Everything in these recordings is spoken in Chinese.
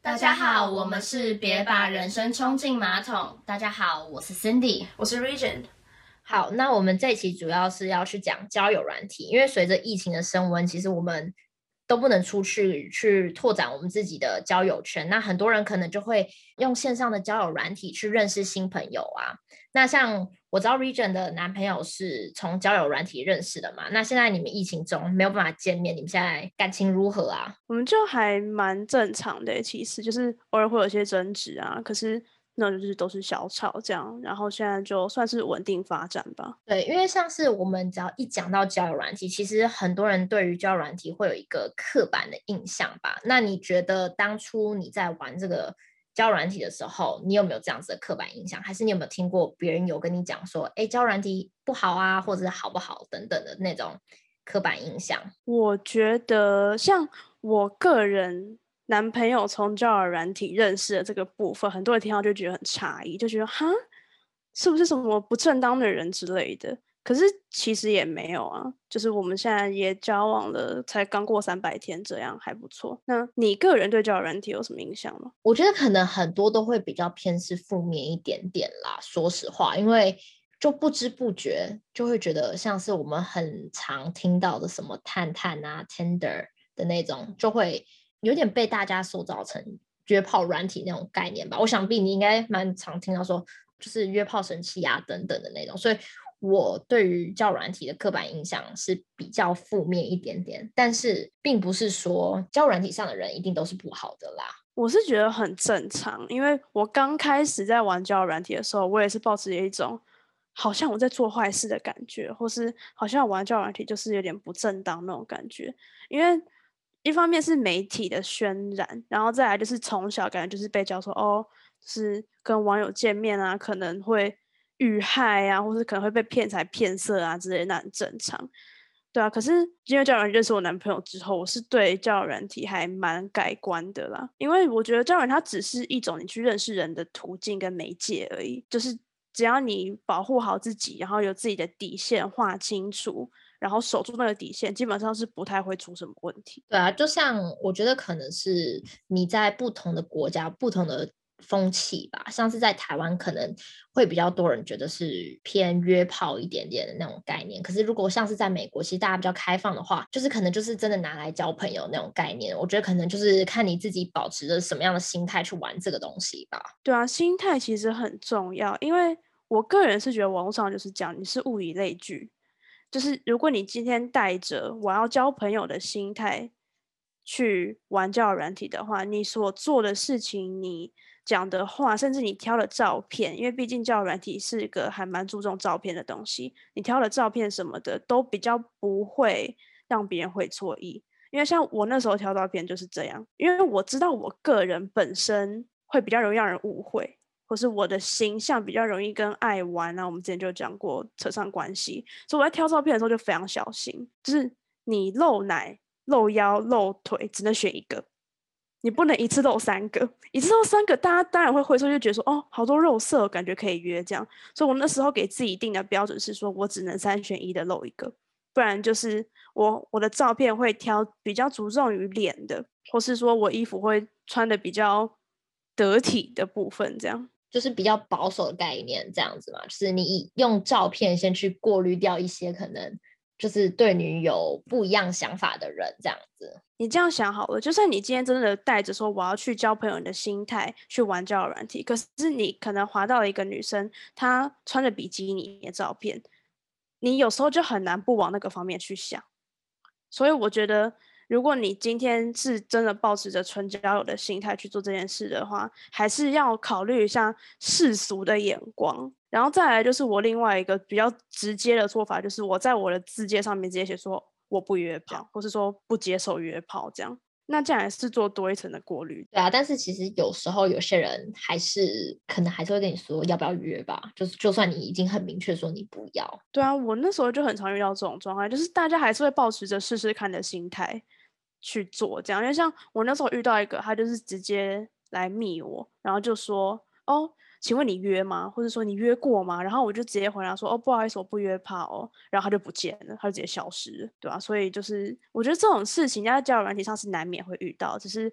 大家好，我们是别把人生冲进马桶。大家好，我是 Cindy， 我是 Regent。 好，那我们这一期主要是要去讲交友软体，因为随着疫情的升温，其实我们都不能出去拓展我们自己的交友圈，那很多人可能就会用线上的交友软体去认识新朋友啊。那像我知道 Regent 的男朋友是从交友软体认识的嘛，那现在你们疫情中没有办法见面，你们现在感情如何啊？ 我们就还蛮正常的，其实就是偶尔会有一些争执啊，可是那就是都是小吵这样，然后现在就算是稳定发展吧。 对，因为像是我们只要一讲到交友软体，其实很多人对于交友软体会有一个刻板的印象吧。那你觉得当初你在玩这个交友软体的时候，你有没有这样子的刻板印象？还是你有没有听过别人有跟你讲说，哎，交友软体不好啊，或者是好不好等等的那种刻板印象？ 我觉得像我个人男朋友从交友软体认识的这个部分，很多人听到就觉得很诧异，就觉得哈，是不是什么不正当的人之类的？可是其实也没有啊，就是我们现在也交往了，才刚过300天，这样还不错。那你个人对交友软体有什么印象吗？ 我觉得可能很多都会比较偏是负面一点点啦，说实话，因为就不知不觉就会觉得像是我们很常听到的什么探探啊、Tinder 的那种，就会有点被大家塑造成约炮软体那种概念吧。我想必你应该蛮常听到说，就是约炮神器啊等等的那种，所以我对于交友软体的刻板印象是比较负面一点点，但是并不是说交友软体上的人一定都是不好的啦。 我是觉得很正常，因为我刚开始在玩交友软体的时候，我也是抱持一种好像我在做坏事的感觉，或是好像玩交友软体就是有点不正当那种感觉。因为一方面是媒体的渲染，然后再来就是从小感觉就是被教说哦，是跟网友见面啊，可能会遇害啊，或是可能会被骗财骗色啊之类的，那很正常。对啊，可是因为交友软体认识我男朋友之后，我是对交友软体还蛮改观的啦。因为我觉得交友软体它只是一种你去认识人的途径跟媒介而已，就是只要你保护好自己，然后有自己的底线划清楚，然后守住那个底线，基本上是不太会出什么问题。 对啊，就像我觉得可能是你在不同的国家、不同的风气吧，像是在台湾可能会比较多人觉得是偏约炮一点点的那种概念，可是如果像是在美国，其实大家比较开放的话，就是可能就是真的拿来交朋友那种概念。我觉得可能就是看你自己保持着什么样的心态去玩这个东西吧。 对啊，心态其实很重要，因为我个人是觉得网络上就是讲你是物以类聚，就是如果你今天带着我要交朋友的心态去玩交友软体的话，你所做的事情、你讲的话，甚至你挑的照片，因为毕竟交友软体是一个还蛮注重照片的东西，你挑的照片什么的都比较不会让别人会错意。因为像我那时候挑照片就是这样，因为我知道我个人本身会比较容易让人误会，或是我的形象比较容易跟爱玩啊，我们之前就讲过扯上关系，所以我在挑照片的时候就非常小心，就是你露奶、露腰、露腿只能选一个，你不能一次露3个，一次露3个，大家当然会回错，就觉得说哦，好多肉色，感觉可以约这样。所以我那时候给自己定的标准是说，我只能3选1的露一个，不然就是我的照片会挑比较注重于脸的，或是说我衣服会穿的比较得体的部分，这样。 就是比较保守的概念，这样子嘛，就是你用照片先去过滤掉一些可能就是对你有不一样想法的人，这样子。 你这样想好了，就算你今天真的带着说我要去交朋友的心态去玩交友软体，可是你可能滑到了一个女生，她穿着比基尼的照片，你有时候就很难不往那个方面去想。所以我觉得，如果你今天是真的抱持着纯交友的心态去做这件事的话，还是要考虑一下世俗的眼光。然后再来就是我另外一个比较直接的做法，就是我在我的字界上面直接写说我不约炮，或是说不接受约炮这样。那这样也是做多一层的过滤。 对啊，但是其实有时候有些人还是可能还是会跟你说要不要约吧，就是就算你已经很明确说你不要。 对啊，我那时候就很常遇到这种状况，就是大家还是会抱持着试试看的心态去做这样。因为像我那时候遇到一个，他就是直接来密我，然后就说：“哦，请问你约吗？或者说你约过吗？”然后我就直接回答说：“哦，不好意思，我不约炮哦。”然后他就不见了，他就直接消失了，对吧、所以就是我觉得这种事情在交友软体上是难免会遇到，只是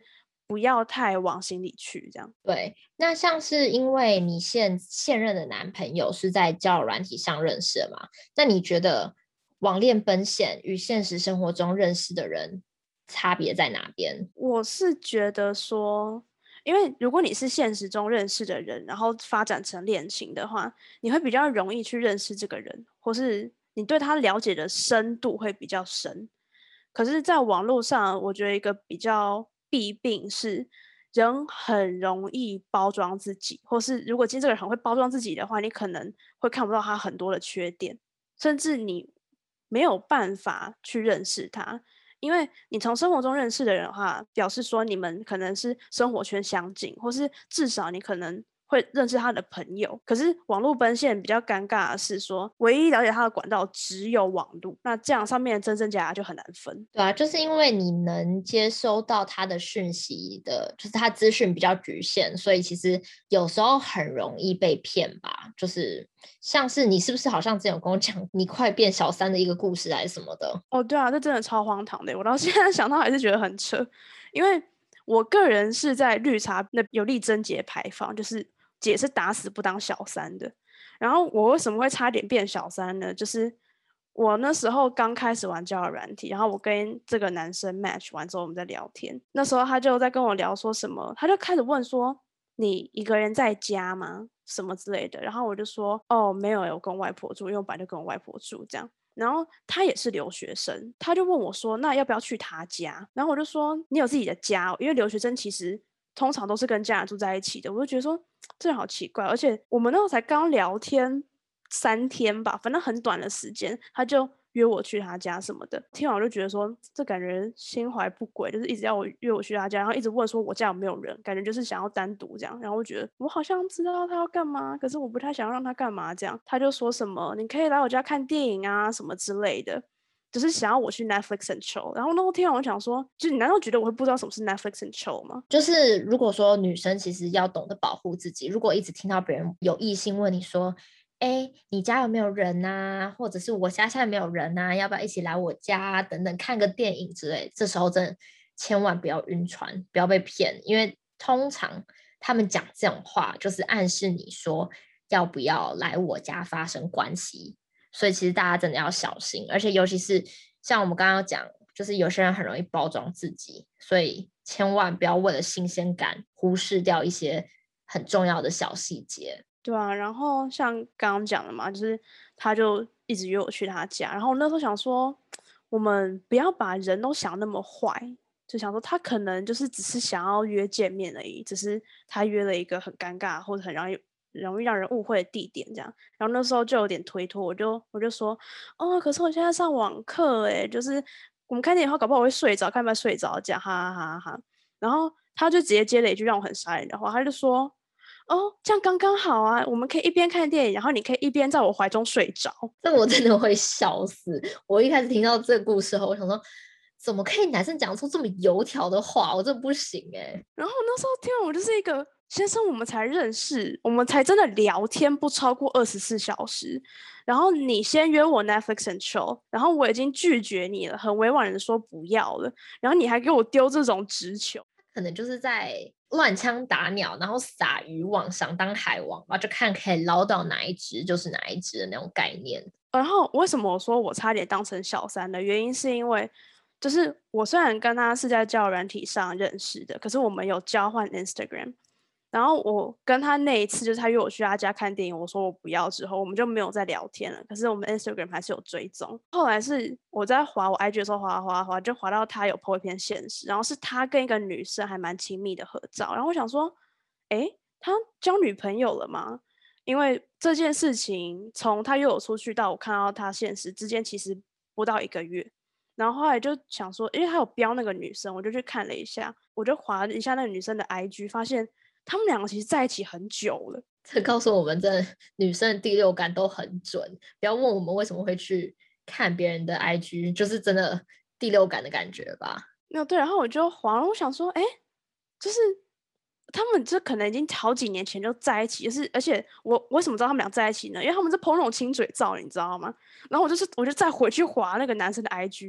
不要太往心里去这样。 对，那像是因为你现任的男朋友是在交友软体上认识的嘛？那你觉得网恋奔现与现实生活中认识的人差别在哪边？ 我是觉得说，因为如果你是现实中认识的人，然后发展成恋情的话，你会比较容易去认识这个人，或是你对他了解的深度会比较深。可是在网络上，我觉得一个比较弊病是，人很容易包装自己，或是如果今天这个人很会包装自己的话，你可能会看不到他很多的缺点，甚至你没有办法去认识他。因为你从生活中认识的人的话，表示说你们可能是生活圈相近，或是至少你可能会认识他的朋友。可是网络奔现比较尴尬的是说，唯一了解他的管道只有网络，那这样上面的真真假假就很难分。 对啊，就是因为你能接收到他的讯息的，就是他资讯比较局限，所以其实有时候很容易被骗吧。就是像是你是不是好像之前有跟我讲你快变小三的一个故事还是什么的？ 哦，对啊，这真的超荒唐的，我到现在想到还是觉得很扯。因为我个人是在绿茶那有立贞节牌坊，就是姐是打死不当小三的。然后我为什么会差点变小三呢？就是我那时候刚开始玩交友软体，然后我跟这个男生 match 完之后，我们在聊天，那时候他就在跟我聊说什么，他就开始问说你一个人在家吗？什么之类的。然后我就说哦没有，我跟外婆住，因为我本来就跟我外婆住这样。然后他也是留学生，他就问我说那要不要去他家？然后我就说你有自己的家哦，因为留学生其实通常都是跟家人住在一起的。我就觉得说这人好奇怪，而且我们那时候才刚聊天3天吧，反正很短的时间，他就约我去他家什么的。听完我就觉得说，这感觉心怀不轨，就是一直要约我去他家，然后一直问说我家有没有人，感觉就是想要单独这样。然后我觉得我好像知道他要干嘛，可是我不太想要让他干嘛这样。他就说什么你可以来我家看电影啊什么之类的。就是想要我去 Netflix and chill， 然后那天我想说，就你难道觉得我会不知道什么是 Netflix and chill 吗？ 就是如果说女生其实要懂得保护自己，如果一直听到别人有异性问你说，哎，你家有没有人啊？或者是我家现在没有人啊，要不要一起来我家啊等等，看个电影之类，这时候真的千万不要晕船，不要被骗，因为通常他们讲这种话就是暗示你说要不要来我家发生关系，所以其实大家真的要小心，而且尤其是像我们刚刚讲，就是有些人很容易包装自己，所以千万不要为了新鲜感忽视掉一些很重要的小细节。 对啊，然后像刚刚讲的嘛，就是他就一直约我去他家，然后我那时候想说，我们不要把人都想那么坏，就想说他可能就是只是想要约见面而已，只是他约了一个很尴尬或者很容易让人误会的地点这样。然后那时候就有点推脱，我就说，哦，可是我现在上网课诶，就是我们看电影的话，搞不好我会睡着，看不到睡着这样，哈哈哈哈。然后他就直接接了一句让我很傻眼的话，他就说。哦，这样刚刚好啊！我们可以一边看电影，然后你可以一边在我怀中睡着。 这我真的会笑死！我一开始听到这个故事后，我想说，怎么可以男生讲出这么油条的话？我真的不行哎。 然后那时候听完，我就是一个先生，我们才认识，我们才真的聊天不超过24小时。然后你先约我 Netflix and chill，然后我已经拒绝你了，很委婉的说不要了，然后你还给我丢这种直球， 可能就是在乱枪打鸟，然后撒渔网，想当海王吧，就看可以捞到哪一只就是哪一只的那种概念。 然后为什么我说我差点当成小三的原因，是因为就是我虽然跟他是在交友软体上认识的，可是我们有交换 Instagram。然后我跟他那一次，就是他约我去他家看电影，我说我不要之后，我们就没有再聊天了。可是我们 Instagram 还是有追踪。后来是我在滑我 IG 的时候，滑，就滑到他有 po 一篇现实，然后是他跟一个女生还蛮亲密的合照。然后我想说，诶，他交女朋友了吗？因为这件事情从他约我出去到我看到他现实之间，其实不到1个月。然后后来就想说，因为他有标那个女生，我就去看了一下，我就滑了一下那个女生的 IG，发现他们两个其实在一起很久了。 这告诉我们，真的女生的第六感都很准。不要问我们为什么会去看别人的 IG，就是真的第六感的感觉吧。 没有对，然后我就滑了，我想说，哎，就是他们这可能已经好几年前就在一起，就是而且我为什么知道他们俩在一起呢？因为他们是 po 那种亲嘴照，你知道吗？然后我就再回去滑那个男生的 IG，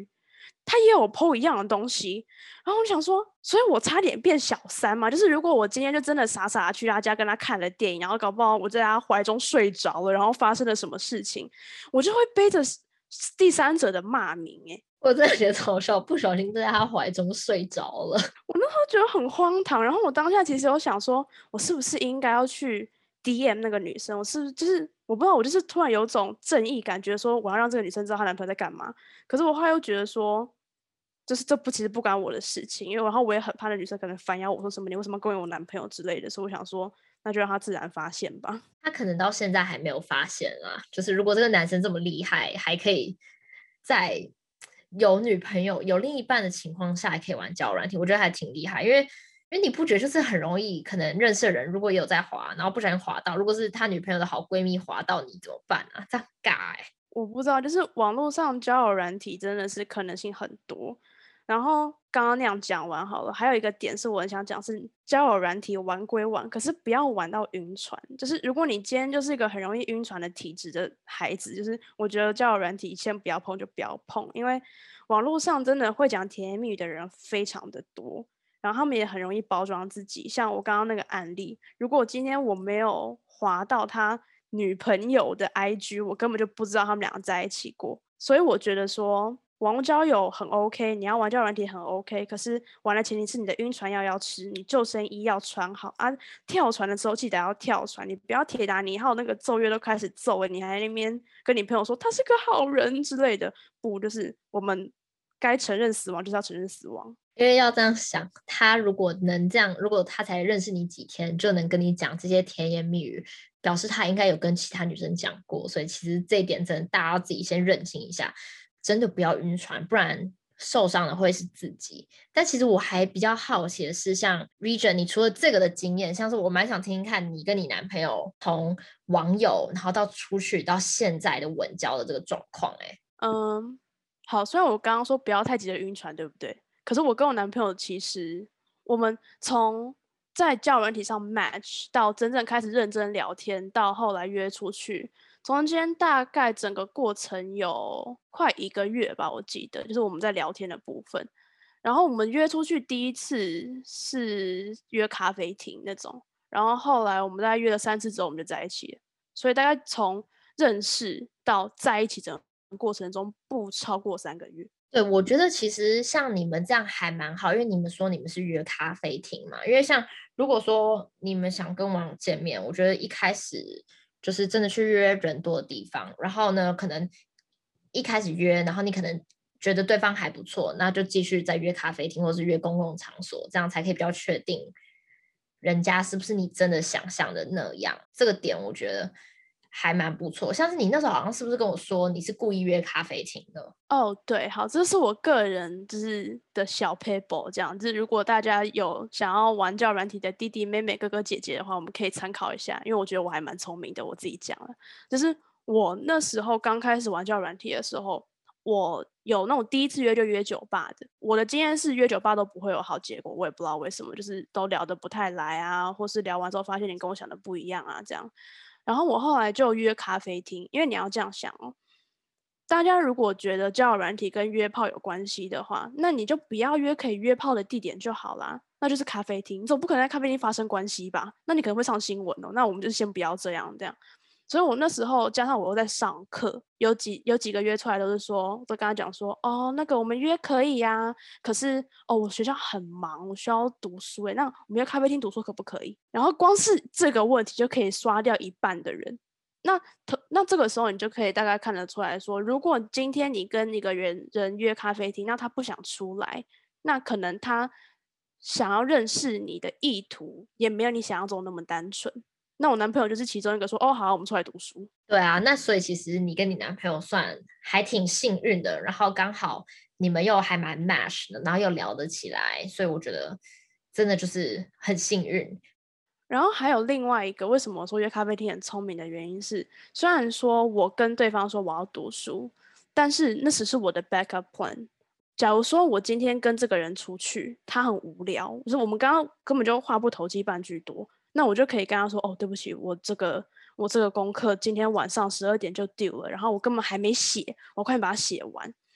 他也有 po 一样的东西，然后我想说，所以我差点变小三嘛，就是如果我今天就真的傻傻的去他家跟他看了电影，然后搞不好我在他怀中睡着了，然后发生了什么事情，我就会背着第三者的骂名我真的觉得超笑，不小心在他怀中睡着了。 我那时候觉得很荒唐，然后我当下其实有想说，我是不是应该要去 DM 那个女生？我是不是就是我不知道，我就是突然有种正义感，觉得说我要让这个女生知道她男朋友在干嘛。可是我后来又觉得说，就是其实不关我的事情，因为然后我也很怕那女生可能反咬我说什么你为什么勾引我男朋友之类的，所以我想说那就让她自然发现吧。 他可能到现在还没有发现啊，就是如果这个男生这么厉害，还可以在有女朋友、有另一半的情况下，还可以玩交友软体，我觉得还挺厉害。因为你不觉得就是很容易，可能认识的人如果也有在滑，然后不小心滑到，如果是他女朋友的好闺蜜滑到你怎么办啊？这样尬我不知道，就是网络上交友软体真的是可能性很多。然后刚刚那样讲完好了，还有一个点是我很想讲，是交友软体玩归玩，可是不要玩到晕船。就是如果你今天就是一个很容易晕船的体质的孩子，就是我觉得交友软体先不要碰就不要碰，因为网络上真的会讲甜言蜜语的人非常的多，然后他们也很容易包装自己。像我刚刚那个案例，如果今天我没有滑到他女朋友的 IG， 我根本就不知道他们两个在一起过。所以我觉得说网络交友很 OK， 你要玩交友软体很 OK， 可是玩的前提是你的晕船药要吃，你救生衣要穿好啊。跳船的时候记得要跳船，你不要铁达尼号那个奏乐都开始奏了，你还在那边跟你朋友说他是个好人之类的，不，就是我们该承认死亡就是要承认死亡。 因为要这样想，他如果能这样，如果他才认识你几天就能跟你讲这些甜言蜜语，表示他应该有跟其他女生讲过，所以其实这一点真的大家要自己先认清一下，真的不要晕船，不然受伤的会是自己。但其实我还比较好奇的是，像 Region， 你除了这个的经验，像是我蛮想听听看你跟你男朋友从网友，然后到出去到现在的稳交的这个状况， 好，虽然我刚刚说不要太急着晕船，对不对？可是我跟我男朋友其实，我们从在交友软体上 match 到真正开始认真聊天，到后来约出去，中间大概整个过程有快1个月吧，我记得，就是我们在聊天的部分。然后我们约出去第一次是约咖啡厅那种，然后后来我们大概约了3次之后，我们就在一起了。所以大概从认识到在一起整个过程中不超过3个月。 对，我觉得其实像你们这样还蛮好，因为你们说你们是约咖啡厅嘛。因为像如果说你们想跟网友见面，我觉得一开始就是真的去约人多的地方，然后呢，可能一开始约，然后你可能觉得对方还不错，那就继续再约咖啡厅或是约公共场所，这样才可以比较确定人家是不是你真的想象的那样。这个点我觉得还蛮不错。像是你那时候好像是不是跟我说你是故意约咖啡厅的？ 哦，对，好，这是我个人就是的小 paper，这样，就是如果大家有想要玩交友软体的弟弟妹妹、哥哥姐姐的话，我们可以参考一下，因为我觉得我还蛮聪明的，我自己讲了，就是我那时候刚开始玩交友软体的时候，我有那种第一次约就约酒吧的，我的经验是约酒吧都不会有好结果，我也不知道为什么，就是都聊得不太来啊，或是聊完之后发现你跟我想的不一样啊，这样。然后我后来就约咖啡厅，因为你要这样想哦，大家如果觉得交友软体跟约炮有关系的话，那你就不要约可以约炮的地点就好啦，那就是咖啡厅。你总不可能在咖啡厅发生关系吧？那你可能会上新闻哦。那我们就先不要这样。所以我那时候加上我又在上课，有几个约出来都是说，都跟他讲说，哦，那个我们约可以呀，可是哦我学校很忙，我需要读书那我们约咖啡厅读书可不可以？然后光是这个问题就可以刷掉一半的人。那这个时候你就可以大概看得出来说，如果今天你跟一个人约咖啡厅，那他不想出来，那可能他想要认识你的意图也没有你想象中那么单纯。那我男朋友就是其中一个说，哦好，我们出来读书。 对啊，那所以其实你跟你男朋友算还挺幸运的，然后刚好你们又还蛮 match 的，然后又聊得起来，所以我觉得真的就是很幸运。 然后还有另外一个，为什么我说约咖啡厅很聪明的原因是，虽然说我跟对方说我要读书，但是那只是我的 backup plan。假如说我今天跟这个人出去，他很无聊，就是我们刚刚根本就话不投机半句多，那我就可以跟他说，哦，对不起，我这个功课今天晚上12点就 due 了，然后我根本还没写，我快点把它写完。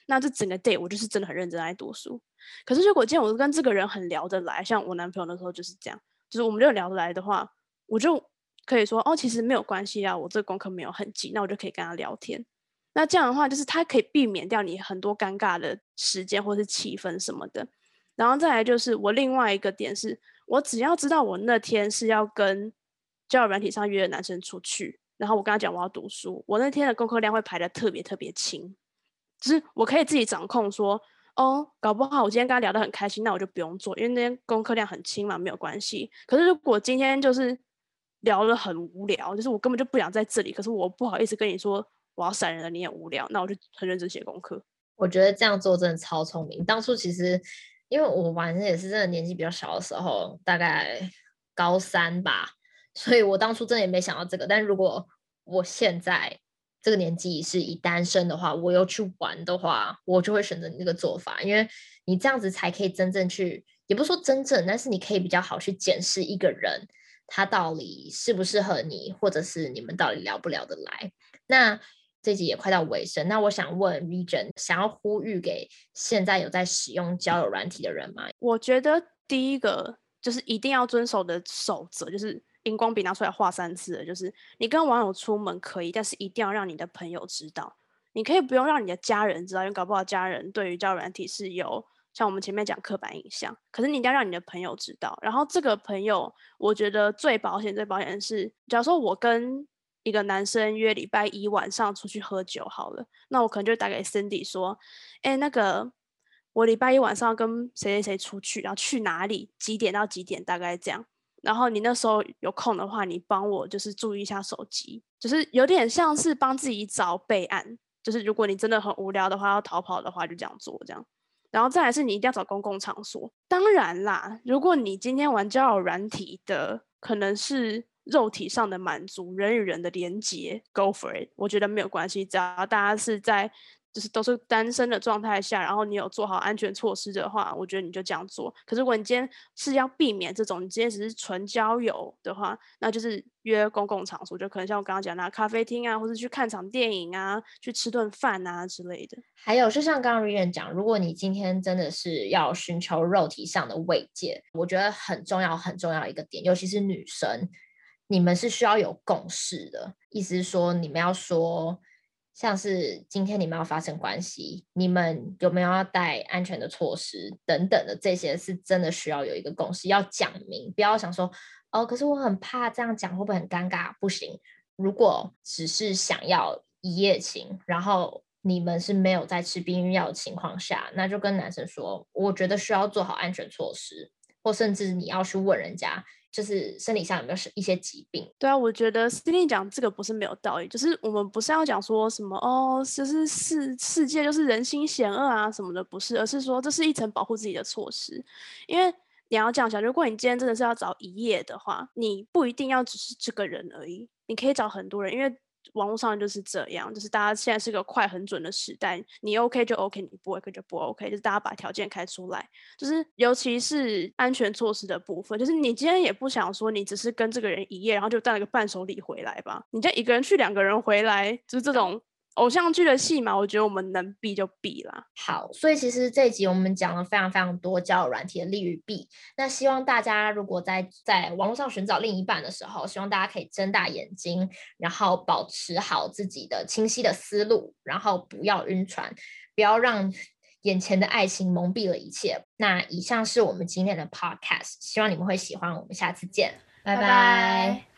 那这整个 day 我就是真的很认真在读书。可是如果今天我跟这个人很聊得来，像我男朋友的时候就是这样，就是我们就聊得来的话，我就可以说其实没有关系啊，我这个功课没有很急，那我就可以跟他聊天。那这样的话就是他可以避免掉你很多尴尬的时间或是气氛什么的。然后再来就是我另外一个点是，我只要知道我那天是要跟交友软体上约的男生出去，然后我跟他讲我要读书，我那天的功课量会排得特别特别轻，就是我可以自己掌控说搞不好我今天跟他聊得很开心，那我就不用做，因为那天功课量很轻嘛，没有关系。可是如果今天就是聊得很无聊，就是我根本就不想在这里，可是我不好意思跟你说我要闪人了，你也无聊，那我就很认真写功课。 我觉得这样做真的超聪明。当初其实因为我玩也是真的年纪比较小的时候，大概高3吧，所以我当初真的也没想到这个。但如果我现在这个年纪是以单身的话，我又去玩的话，我就会选择你这个做法，因为你这样子才可以真正去，也不是说真正，但是你可以比较好去检视一个人他到底适不适合你，或者是你们到底聊不聊得来。那这集也快到尾声，那我想问 Regent， 想要呼吁给现在有在使用交友软体的人吗？ 我觉得第一个就是一定要遵守的守则，就是荧光笔拿出来画3次的，就是你跟网友出门可以，但是一定要让你的朋友知道。你可以不用让你的家人知道，因为搞不好家人对于交友软体是有像我们前面讲刻板印象，可是你一定要让你的朋友知道。然后这个朋友我觉得最保险的是，假如说我跟一个男生约礼拜1晚上出去喝酒好了，那我可能就打给 Cindy 说那个我礼拜1晚上跟谁谁谁出去，然后去哪里，几点到几点，大概这样。然后你那时候有空的话，你帮我就是注意一下手机，就是有点像是帮自己找备案，就是如果你真的很无聊的话，要逃跑的话就这样做这样。然后再来是你一定要找公共场所。当然啦，如果你今天玩交友软体的可能是肉体上的满足，人与人的连结 ，go for it， 我觉得没有关系，只要大家是在就是都是单身的状态下，然后你有做好安全措施的话，我觉得你就这样做。可是如果你今天是要避免这种，你今天只是纯交友的话，那就是约公共场所，就可能像我刚刚讲的咖啡厅啊，或是去看场电影啊，去吃顿饭啊之类的。 还有就像刚刚 Regent 讲，如果你今天真的是要寻求肉体上的慰藉，我觉得很重要很重要一个点，尤其是女生，你们是需要有共识的，意思是说你们要说像是今天你们要发生关系，你们有没有要带安全的措施等等的，这些是真的需要有一个共识，要讲明，不要想说可是我很怕这样讲会不会很尴尬，不行。如果只是想要一夜情，然后你们是没有在吃避孕药的情况下，那就跟男生说，我觉得需要做好安全措施，或甚至你要去问人家就是生理上有没有一些疾病。 对啊，我觉得 Cindy 讲这个不是没有道理，就是我们不是要讲说什么就是世界就是人心险恶啊什么的，不是，而是说这是一层保护自己的措施。因为你要这样想，如果你今天真的是要找一夜的话，你不一定要只是这个人而已，你可以找很多人，因为网络上就是这样，就是大家现在是个快很准的时代，你 OK 就 OK， 你不 OK 就不 OK， 就是大家把条件开出来，就是尤其是安全措施的部分，就是你今天也不想说你只是跟这个人一夜，然后就带了个伴手礼回来吧，你这一个人去2个人回来，就是这种偶像剧的戏嘛，我觉得我们能避就避啦。 好，所以其实这一集我们讲了非常非常多交友软体的利与弊。那希望大家如果在网络上寻找另一半的时候，希望大家可以睁大眼睛，然后保持好自己的清晰的思路，然后不要晕船，不要让眼前的爱情蒙蔽了一切。那以上是我们今天的 podcast，希望你们会喜欢，我们下次见， 拜拜。